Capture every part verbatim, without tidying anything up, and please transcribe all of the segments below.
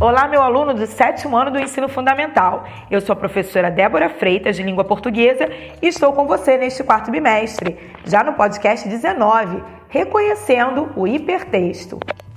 Olá, meu aluno do sétimo ano do ensino fundamental. Eu sou a professora Débora Freitas, de língua portuguesa, e estou com você neste quarto bimestre, já no podcast dezenove, reconhecendo o hipertexto.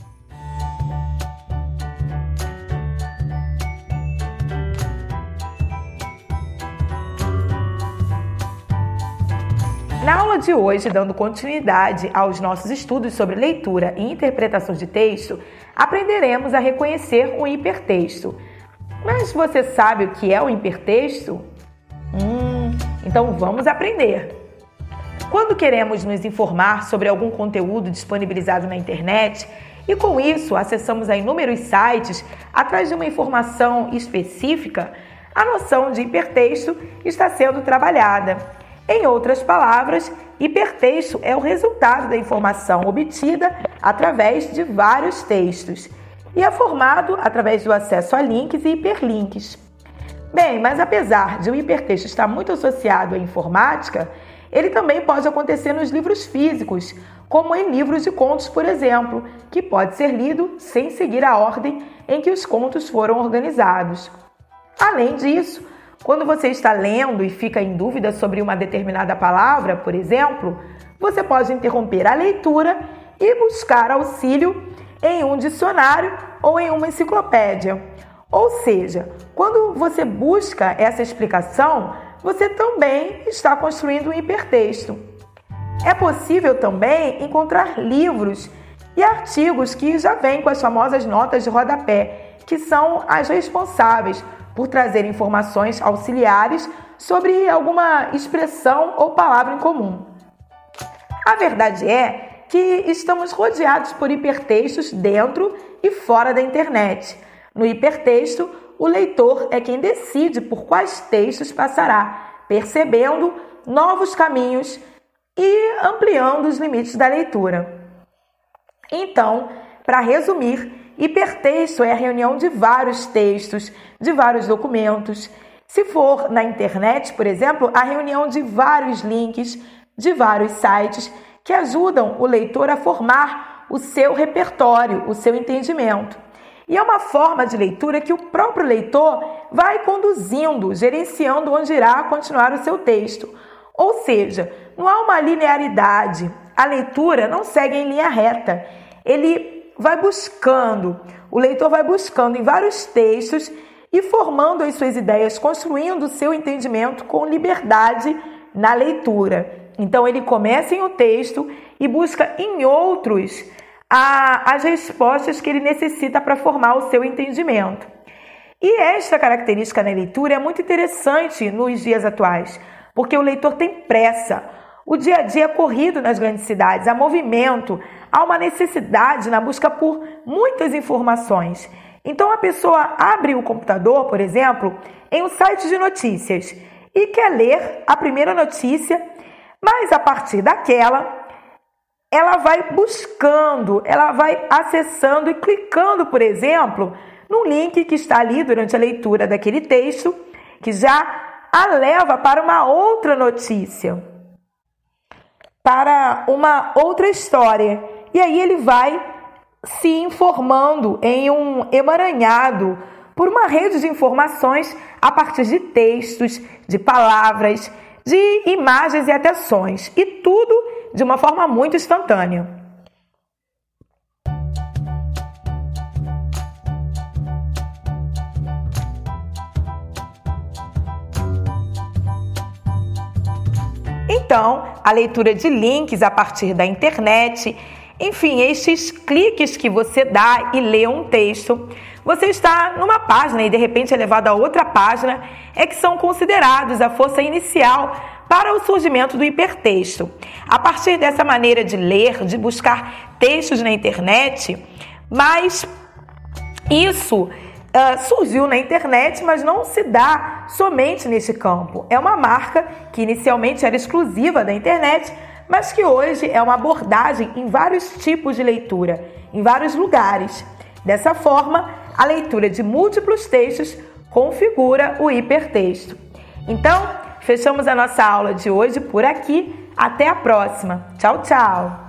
Na aula de hoje, dando continuidade aos nossos estudos sobre leitura e interpretação de texto, aprenderemos a reconhecer um hipertexto. Mas você sabe o que é o hipertexto? Hum, então vamos aprender! Quando queremos nos informar sobre algum conteúdo disponibilizado na internet e com isso acessamos a inúmeros sites atrás de uma informação específica, a noção de hipertexto está sendo trabalhada. Em outras palavras, hipertexto é o resultado da informação obtida através de vários textos e é formado através do acesso a links e hiperlinks. Bem, mas apesar de o hipertexto estar muito associado à informática, ele também pode acontecer nos livros físicos, como em livros de contos, por exemplo, que pode ser lido sem seguir a ordem em que os contos foram organizados. Além disso, quando você está lendo e fica em dúvida sobre uma determinada palavra, por exemplo, você pode interromper a leitura e buscar auxílio em um dicionário ou em uma enciclopédia. Ou seja, quando você busca essa explicação, você também está construindo um hipertexto. É possível também encontrar livros e artigos que já vêm com as famosas notas de rodapé, que são as responsáveis por trazer informações auxiliares sobre alguma expressão ou palavra em comum. A verdade é que estamos rodeados por hipertextos dentro e fora da internet. No hipertexto, o leitor é quem decide por quais textos passará, percebendo novos caminhos e ampliando os limites da leitura. Então, para resumir, hipertexto é a reunião de vários textos, de vários documentos. Se for na internet, por exemplo, a reunião de vários links, de vários sites que ajudam o leitor a formar o seu repertório, o seu entendimento. E é uma forma de leitura que o próprio leitor vai conduzindo, gerenciando onde irá continuar o seu texto. Ou seja, não há uma linearidade. A leitura não segue em linha reta. Ele vai buscando, o leitor vai buscando em vários textos e formando as suas ideias, construindo o seu entendimento com liberdade na leitura. Então ele começa em um texto e busca em outros a, as respostas que ele necessita para formar o seu entendimento. E esta característica na leitura é muito interessante nos dias atuais, porque o leitor tem pressa. O dia a dia é corrido nas grandes cidades, há movimento, há uma necessidade na busca por muitas informações. Então a pessoa abre o computador, por exemplo, em um site de notícias e quer ler a primeira notícia, mas a partir daquela, ela vai buscando, ela vai acessando e clicando, por exemplo, no link que está ali durante a leitura daquele texto, que já a leva para uma outra notícia, para uma outra história. E aí ele vai se informando em um emaranhado por uma rede de informações a partir de textos, de palavras, de imagens e até sons. E tudo de uma forma muito instantânea. Então, a leitura de links a partir da internet, enfim, estes cliques que você dá e lê um texto, você está numa página e de repente é levado a outra página, é que são considerados a força inicial para o surgimento do hipertexto. A partir dessa maneira de ler, de buscar textos na internet, mas isso Uh, surgiu na internet, mas não se dá somente nesse campo. É uma marca que inicialmente era exclusiva da internet, mas que hoje é uma abordagem em vários tipos de leitura, em vários lugares. Dessa forma, a leitura de múltiplos textos configura o hipertexto. Então, fechamos a nossa aula de hoje por aqui. Até a próxima. Tchau, tchau!